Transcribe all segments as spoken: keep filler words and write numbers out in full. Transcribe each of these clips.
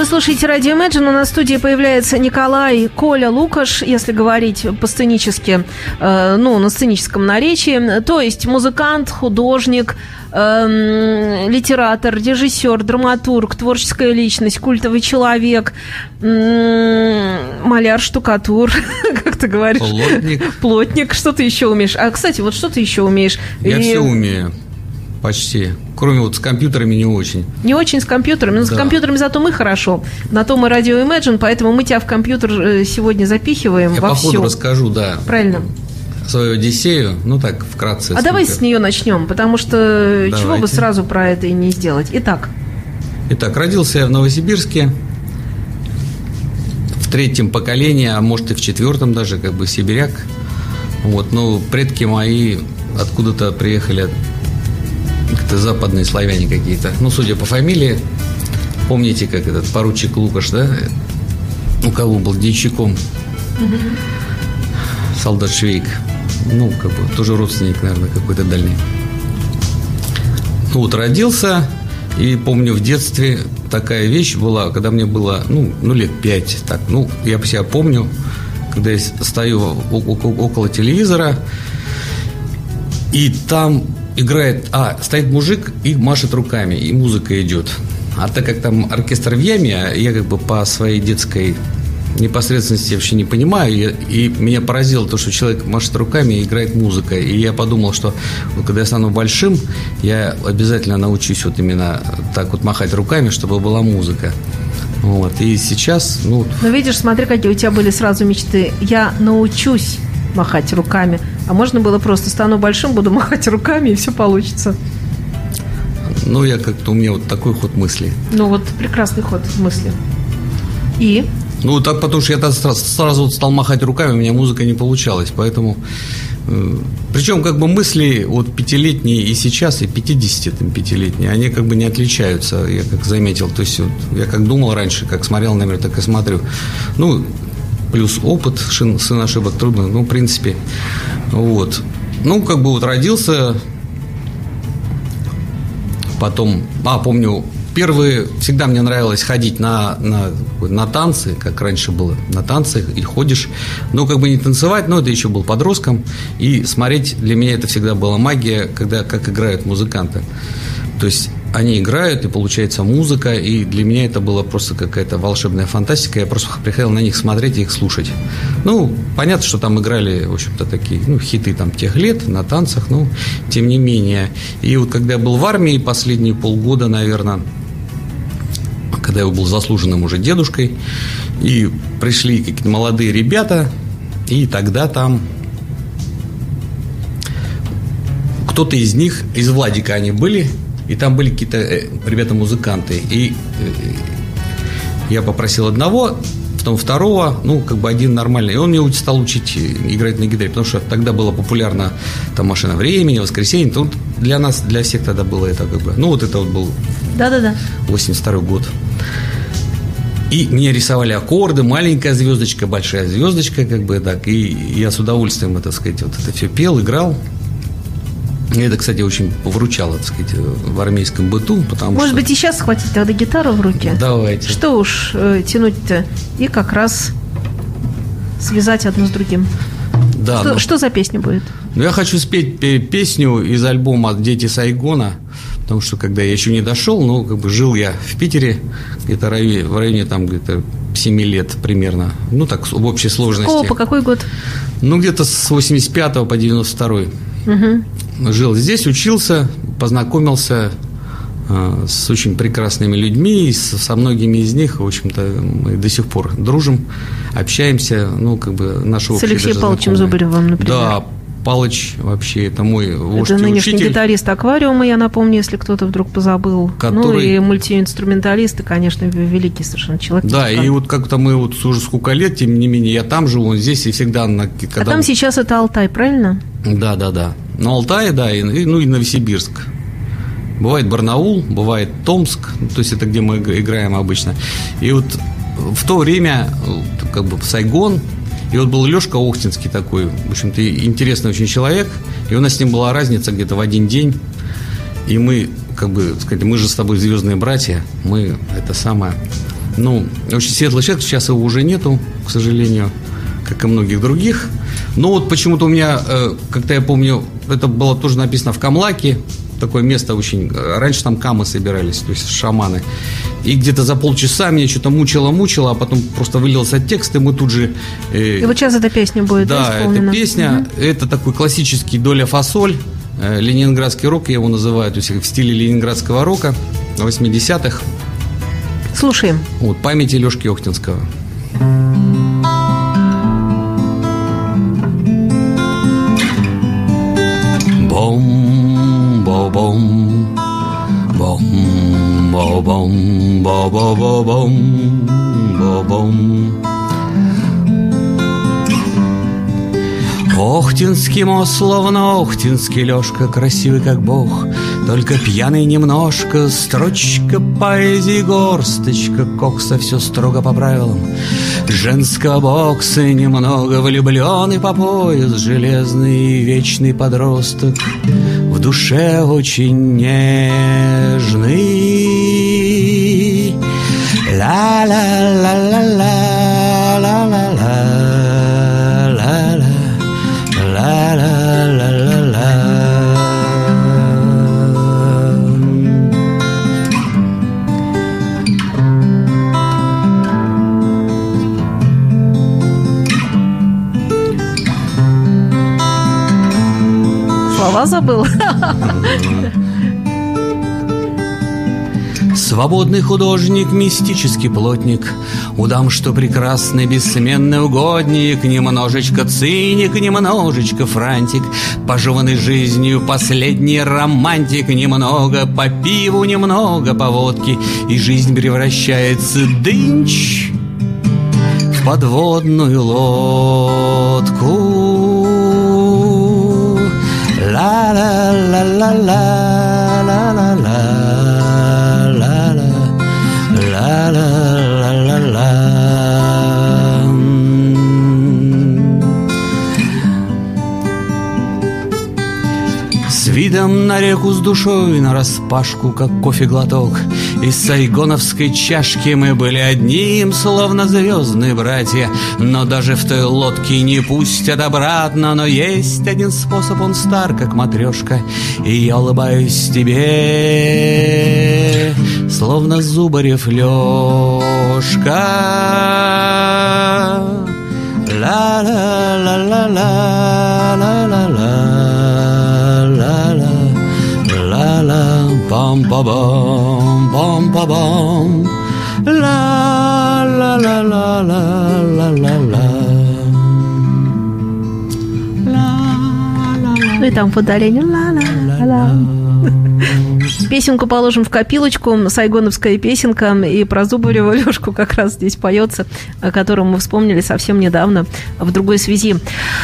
Вы слушаете радио Imagine. У нас в студии появляется Николай Коля Лукаш, если говорить по-сценически, э, ну, на сценическом наречии. То есть музыкант, художник, э, литератор, режиссер, драматург, творческая личность, культовый человек, э, маляр, штукатур, как ты говоришь. Плотник. Плотник. Что ты еще умеешь? А, кстати, вот что ты еще умеешь? Я И... все умею. Почти. Кроме вот с компьютерами не очень. Не очень с компьютерами, но да. С компьютерами зато мы хорошо. На то мы радио Imagine, поэтому мы тебя в компьютер сегодня запихиваем Я во по все. ходу расскажу, да. Правильно. Свою Одиссею, ну так, вкратце. А давай с нее начнем, потому что Давайте. Чего бы сразу про это и не сделать. Итак. Итак, родился я в Новосибирске. В третьем поколении, а может и в четвертом даже, как бы сибиряк. Вот, но предки мои откуда-то приехали, как-то западные славяне какие-то. Ну, судя по фамилии, помните, как этот поручик Лукаш, да? У кого был дьячиком? Угу. Солдат Швейк. Ну, как бы, тоже родственник, наверное, какой-то дальний. Ну, вот родился, и помню, в детстве такая вещь была, когда мне было, ну, ну лет пять, так, ну, я по себя помню, когда я стою около телевизора, и там играет, а, стоит мужик и машет руками, и музыка идет. А так как там оркестр в яме, я как бы по своей детской непосредственности вообще не понимаю, и, и меня поразило то, что человек машет руками и играет музыка. И я подумал, что вот, когда я стану большим, я обязательно научусь вот именно так вот махать руками, чтобы была музыка. Вот. И сейчас, ну... Ну, видишь, смотри, какие у тебя были сразу мечты. Я научусь махать руками. А можно было просто стану большим, буду махать руками, и все получится. Ну, я как-то, у меня вот такой ход мысли. Ну, вот прекрасный ход мысли. И? Ну, так, потому что я сразу вот стал махать руками, у меня музыка не получалась, поэтому... Э, причем, как бы, мысли вот пятилетние и сейчас, и пятидесятипятилетние, они как бы не отличаются, я как заметил. То есть, вот, я как думал раньше, как смотрел на мир, так и смотрю. Ну, плюс опыт, сын ошибок трудно, ну, в принципе, вот. Ну, как бы вот родился, потом, а, помню, первые, всегда мне нравилось ходить на, на, на танцы, как раньше было, на танцы, и ходишь, но как бы не танцевать, но это еще был подростком, и смотреть, для меня это всегда была магия, когда, как играют музыканты. То есть они играют, и получается музыка, и для меня это была просто какая-то волшебная фантастика. Я просто приходил на них смотреть и их слушать. Ну, понятно, что там играли, в общем-то, такие, ну, хиты там тех лет на танцах, но тем не менее. И вот когда я был в армии последние полгода, наверное, когда я был заслуженным уже дедушкой, и пришли какие-то молодые ребята, и тогда там кто-то из них, из Владика они были, и там были какие-то ребята-музыканты. И я попросил одного, потом второго, ну, как бы один нормальный. И он мне стал учить играть на гитаре, потому что тогда было популярно там «Машина времени», «Воскресенье». Тут для нас, для всех тогда было это как бы... Ну, вот это вот был Да-да-да. восемьдесят второй год. И мне рисовали аккорды, маленькая звездочка, большая звездочка, как бы так. И я с удовольствием, так сказать, вот это все пел, играл. И это, кстати, очень повручало, так сказать, в армейском быту, потому Может что... быть, и сейчас схватить тогда гитару в руки? Давайте. Что уж э, тянуть-то? И как раз связать одно с другим. Да. Что, но... что за песня будет? Ну, я хочу спеть песню из альбома «Дети Сайгона», потому что, когда я еще не дошел, ну, как бы жил я в Питере, где-то в районе, в районе там, где-то семи лет примерно, ну, так, в общей сложности. Какого, по какой год? Ну, где-то с восемьдесят пятого по девяносто второй. Угу. Жил здесь, учился, познакомился э, с очень прекрасными людьми, и с, со многими из них, в общем-то, мы до сих пор дружим, общаемся, ну, как бы, наши общие. С Алексеем Павловичем Зубаревым, например. Да, Палыч вообще, это мой вождь и учитель. Это нынешний учитель. Гитарист «Аквариума», я напомню, если кто-то вдруг позабыл. Который... Ну, и мультиинструменталист, и, конечно, великий совершенно человек. Да, и вот как-то мы вот уже сколько лет, тем не менее, я там живу, он здесь, и всегда... На, когда... А там сейчас это Алтай, правильно? Да, да, да. На Алтае, да, и, ну и Новосибирск. Бывает Барнаул, бывает Томск, то есть это где мы играем обычно. И вот в то время, как бы, Сайгон... И вот был Лёшка Охтинский такой, в общем-то, интересный очень человек. И у нас с ним была разница где-то в один день. И мы, как бы, сказать, мы же с тобой звездные братья. Мы, это самое... Ну, очень светлый человек, сейчас его уже нету, к сожалению, как и многих других. Но вот почему-то у меня, как-то я помню, это было тоже написано в Камлаке, такое место очень... Раньше там камы собирались, то есть шаманы. И где-то за полчаса меня что-то мучило-мучило, а потом просто вылился текст, и мы тут же... Э, и вот сейчас эта песня будет, да, да, эта песня, угу. Это такой классический доля-фасоль, э, ленинградский рок, я его называю, то есть в стиле ленинградского рока восьмидесятых. Слушаем. Вот, памяти Лёшки Охтинского. Бом, бом, бом, бом, бом, бом. Охтинский мост, словно Охтинский Лёшка, красивый как бог, только пьяный немножко. Строчка поэзии, горсточка кокса, все строго по правилам женского бокса. Немного влюбленный по пояс, железный вечный подросток, в душе очень нежный. Ла-ла-ла-ла-ла-ла-ла-ла. Слова забыл. Свободный художник, мистический плотник, удам, что прекрасный, бессменный угодник, немножечко циник, немножечко франтик, пожеванный жизнью последний романтик, немного по пиву, немного по водке, и жизнь превращается дынч в подводную лодку. Ла-ла-ла-ла-ла-ла-ла-ла. С видом на реку, с душой нараспашку, как кофе глоток, из сайгоновской чашки мы были одним, словно звездные братья. Но даже в той лодке не пустят обратно. Но есть один способ, он стар, как матрешка, и я улыбаюсь тебе, словно Зубарев Лёшка. Ла-ла-ла-ла-ла-ла-ла-ла-ла, пам-па-бам, пам-па-бам, ла-ла-ла-ла-ла-ла-ла. Ну и там по удалению ла-ла-ла-ла. Песенку положим в копилочку, сайгоновская песенка, и про Зубарева Лёшку как раз здесь поется, о котором мы вспомнили совсем недавно в другой связи.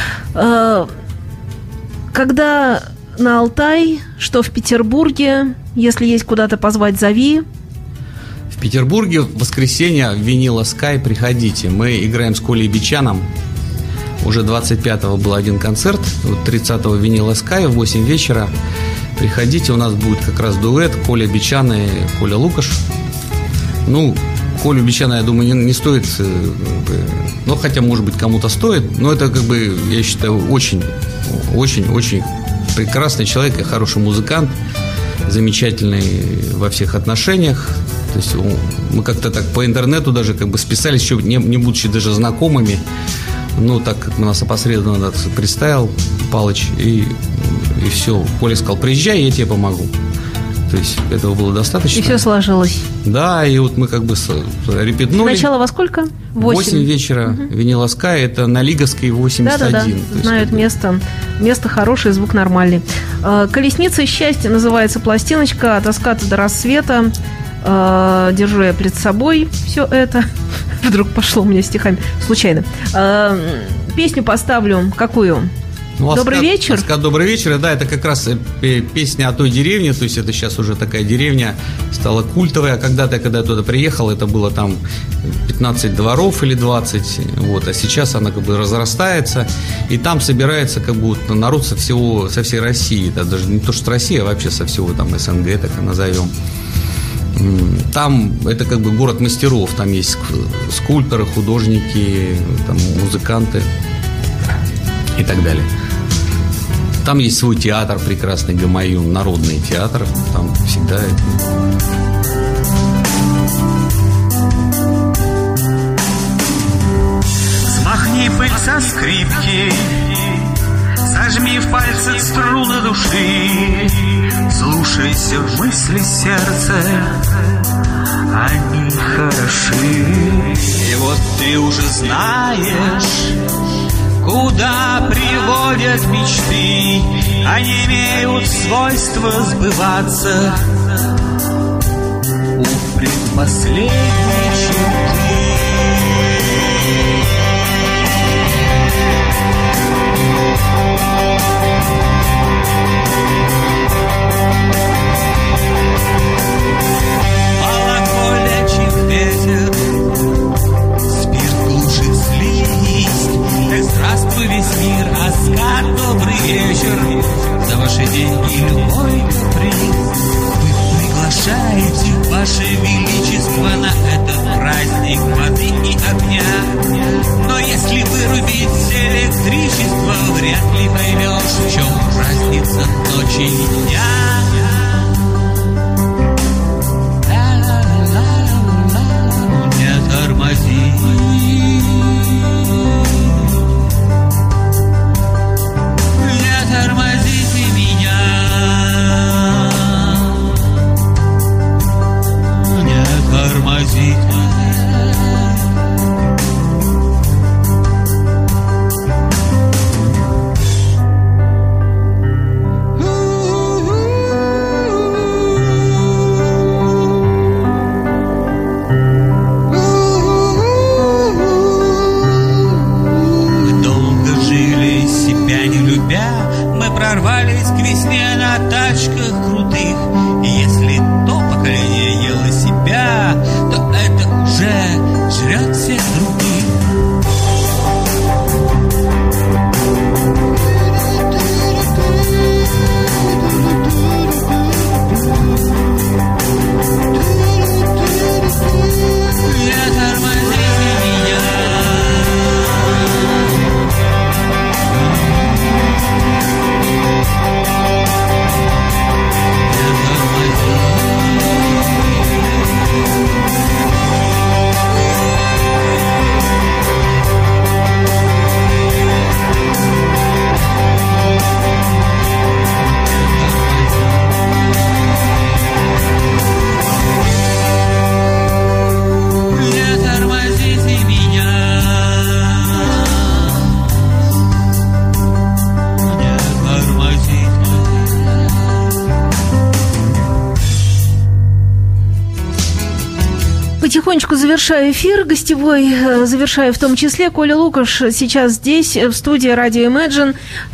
Когда на Алтай, что в Петербурге, если есть куда-то позвать, зови. В Петербурге в воскресенье в Винила Скай приходите. Мы играем с Колей Бичаном. Уже двадцать пятого был один концерт, вот тридцатого Винила Скай в восемь вечера. Приходите, у нас будет как раз дуэт Коля Бичан и Коля Лукаш. Ну, Колю Бичана, я думаю, не, не стоит, ну, хотя, может быть, кому-то стоит, но это, как бы, я считаю, очень, очень, очень прекрасный человек и хороший музыкант, замечательный во всех отношениях. То есть мы как-то так по интернету даже как бы списались, еще не, не будучи даже знакомыми. Ну, так как нас опосредованно представил Палыч, и, и все. Коля сказал: приезжай, я тебе помогу. То есть этого было достаточно. И все сложилось. Да, и вот мы как бы репетнули. Начало во сколько? Восемь вечера. Угу. Винила Скай, это на Лиговской восемьдесят один. Да-да-да, знают место. Место хорошее, звук нормальный. «Колесница счастья» называется пластиночка. «От раската до рассвета». Держу я перед собой все это. Вдруг пошло у меня стихами. Случайно. Песню поставлю. Какую? Ну, «Добрый Аскад, вечер». Аскад, «Добрый вечер», да, это как раз песня о той деревне, то есть это сейчас уже такая деревня стала культовая. Когда-то, я когда я туда приехал, это было там пятнадцать дворов или двадцать, вот, а сейчас она как бы разрастается, и там собирается как бы народ со всего, со всей России, это даже не то, что Россия, а вообще со всего там СНГ, так назовем. Там это как бы город мастеров. Там есть скульпторы, художники, там музыканты и так далее. Там есть свой театр прекрасный, Гамаюн, народный театр. Там всегда это... Смахни пыль со скрипки, сожми в пальцы струны души, слушайся в мысли сердца, они хороши. И вот ты уже знаешь, куда приводят мечты, они имеют свойство сбываться у предпоследней черты. Колоколячих ветер, спирт глушит слисть. Эх, здравствуй, весь мир, Аскар, добрый вечер. За ваши деньги любой каприз вы приглашаете ваше величество на этот праздник воды и огня. Но если вырубить электричество, вряд ли поймешь, в чем разница ночи и дня. Потихонечку завершаю эфир гостевой, завершаю в том числе. Коля Лукаш сейчас здесь, в студии Radio Imagine.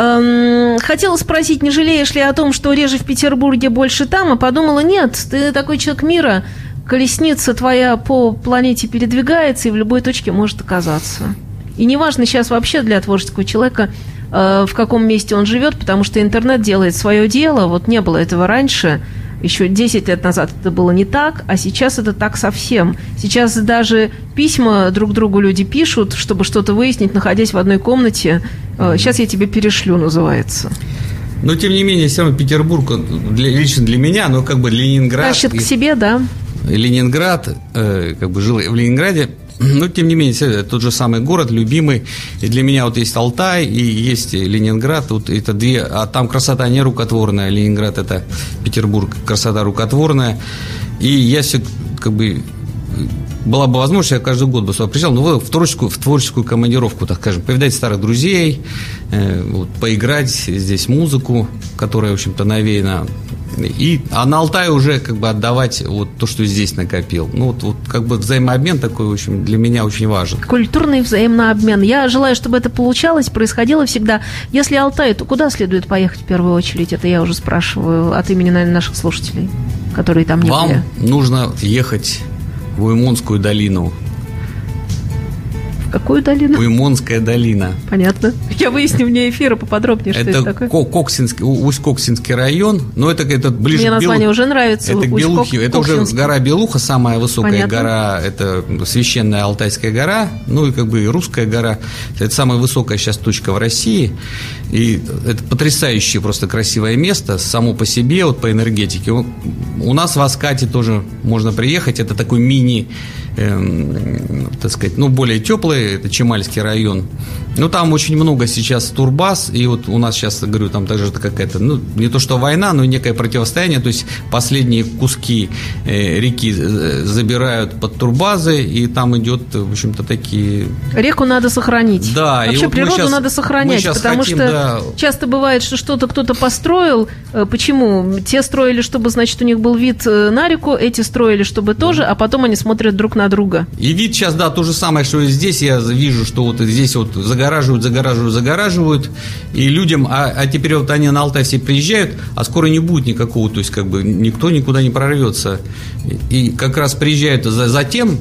Эм, хотела спросить, не жалеешь ли о том, что реже в Петербурге, больше там? А подумала, нет, ты такой человек мира, колесница твоя по планете передвигается и в любой точке может оказаться. И неважно сейчас вообще для творческого человека, э, в каком месте он живет, потому что интернет делает свое дело. Вот не было этого раньше. Еще десять лет назад это было не так, а сейчас это так совсем. Сейчас даже письма друг другу люди пишут, чтобы что-то выяснить, находясь в одной комнате. Сейчас я тебе перешлю, называется. Но, тем не менее, все равно Петербург, для, лично для меня, но как бы Ленинград... Тащит к себе, да. Ленинград, э, как бы жил в Ленинграде, но, тем не менее, это тот же самый город, любимый. И для меня вот есть Алтай и есть Ленинград. Вот это две, а там красота не рукотворная. Ленинград – это Петербург, красота рукотворная. И я все, как бы, была бы возможность, я каждый год бы сюда приезжал, но в творческую, в творческую командировку, так скажем, повидать старых друзей, э, вот, поиграть здесь музыку, которая, в общем-то, навеяна. И, а на Алтае уже как бы отдавать вот то, что здесь накопил. Ну, вот, вот как бы взаимообмен такой, в общем, для меня очень важен. Культурный взаимный обмен. Я желаю, чтобы это получалось, происходило всегда. Если Алтай, то куда следует поехать в первую очередь? Это я уже спрашиваю от имени, наверное, наших слушателей, которые там не Вам были. Вам нужно ехать в Уймонскую долину, Какую долину? Уймонская долина. Понятно. Я выясню вне эфира поподробнее, что это, это такое. Коксинский, Усть-Коксинский район, но это, это ближе Мне к название Белу... уже нравится. Это к Белухе. Это уже гора Белуха, самая высокая Понятно. гора, это священная Алтайская гора, ну и как бы и Русская гора. Это самая высокая сейчас точка в России. И это потрясающее, просто красивое место само по себе, вот по энергетике. У нас в Аскате тоже можно приехать. Это такой мини, э, так сказать, ну, более теплый, это Чемальский район. Но там очень много сейчас турбаз. И вот у нас сейчас, говорю, там также какая-то, ну, не то что война, но некое противостояние. То есть последние куски э, реки забирают под турбазы, и там идет, в общем-то, такие... Реку надо сохранить. Да. Вообще вот природу сейчас, надо сохранять, потому хотим, что да... часто бывает, что что-то кто-то построил. Почему? Те строили, чтобы, значит, у них был вид на реку, эти строили, чтобы тоже, а потом они смотрят друг на друга. И вид сейчас, да, то же самое, что и здесь. Я вижу, что вот здесь вот загораживают, загораживают, загораживают. И людям, а, а теперь вот они на Алтай все приезжают, а скоро не будет никакого, то есть как бы никто никуда не прорвется. И как раз приезжают за, за тем,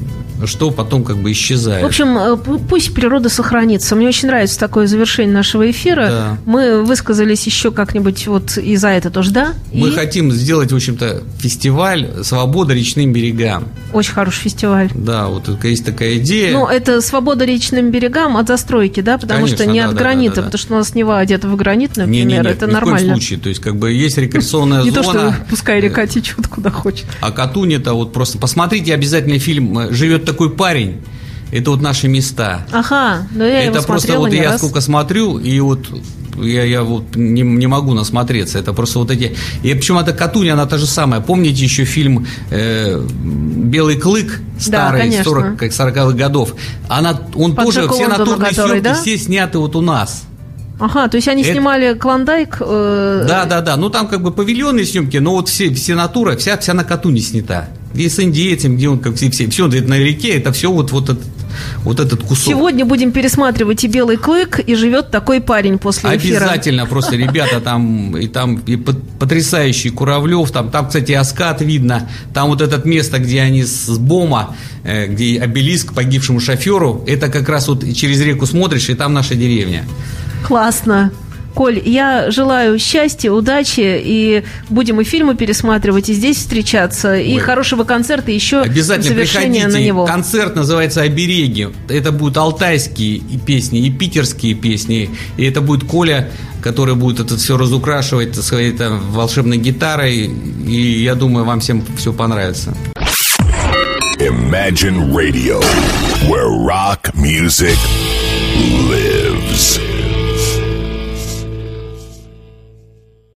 что потом как бы исчезает. В общем, пусть природа сохранится. Мне очень нравится такое завершение нашего эфира. Да. Мы высказались еще как-нибудь вот и за это тоже, да? Мы и... хотим сделать, в общем-то, фестиваль «Свобода речным берегам». Очень хороший фестиваль. Да, вот есть такая идея. Ну, это свобода речным берегам от застройки, да? Потому Конечно, что не да, от да, гранита, да, да, да. потому что у нас Нева одета в гранит, например, не, не, не, это ни нормально. В коем случае. То есть, как бы есть рекреационная Не зона. то, что пускай река течет куда хочет. А Катунь-то вот просто... Посмотрите обязательно фильм «Живет такой парень». Это вот наши места. Ага, но я это его просто смотрела вот не я раз. сколько смотрю, и вот я, я вот не, не могу насмотреться. Это просто вот эти... И причем эта Катунь, она та же самая. Помните еще фильм э, «Белый клык», старый, да, сорок, как сороковых годов? Она, он Под тоже, Джека все Лондона, натурные который, съемки, да? все сняты вот у нас. Ага, то есть они Это... снимали Клондайк. Э... Да, да, да. Ну там как бы павильонные съемки, но вот все, все натура, вся, вся на Катуне снята. И с индейцем, где он как все, все, все это на реке, это все вот, вот, этот, вот этот кусок. Сегодня будем пересматривать и «Белый клык», и «Живет такой парень» после эфира. Обязательно, просто ребята там, и там и потрясающий Куравлев, там, там, кстати, Аскат видно, там вот это место, где они с Бома, где обелиск погибшему шоферу, это как раз вот через реку смотришь, и там наша деревня. Классно. Коль, я желаю счастья, удачи, и будем и фильмы пересматривать, и здесь встречаться, и Ой. хорошего концерта, еще обязательно завершение приходите. на него. Концерт называется «Обереги». Это будут алтайские песни, и питерские песни, и это будет Коля, который будет это все разукрашивать своей там волшебной гитарой, и я думаю, вам всем все понравится. Imagine Radio, where rock music lives.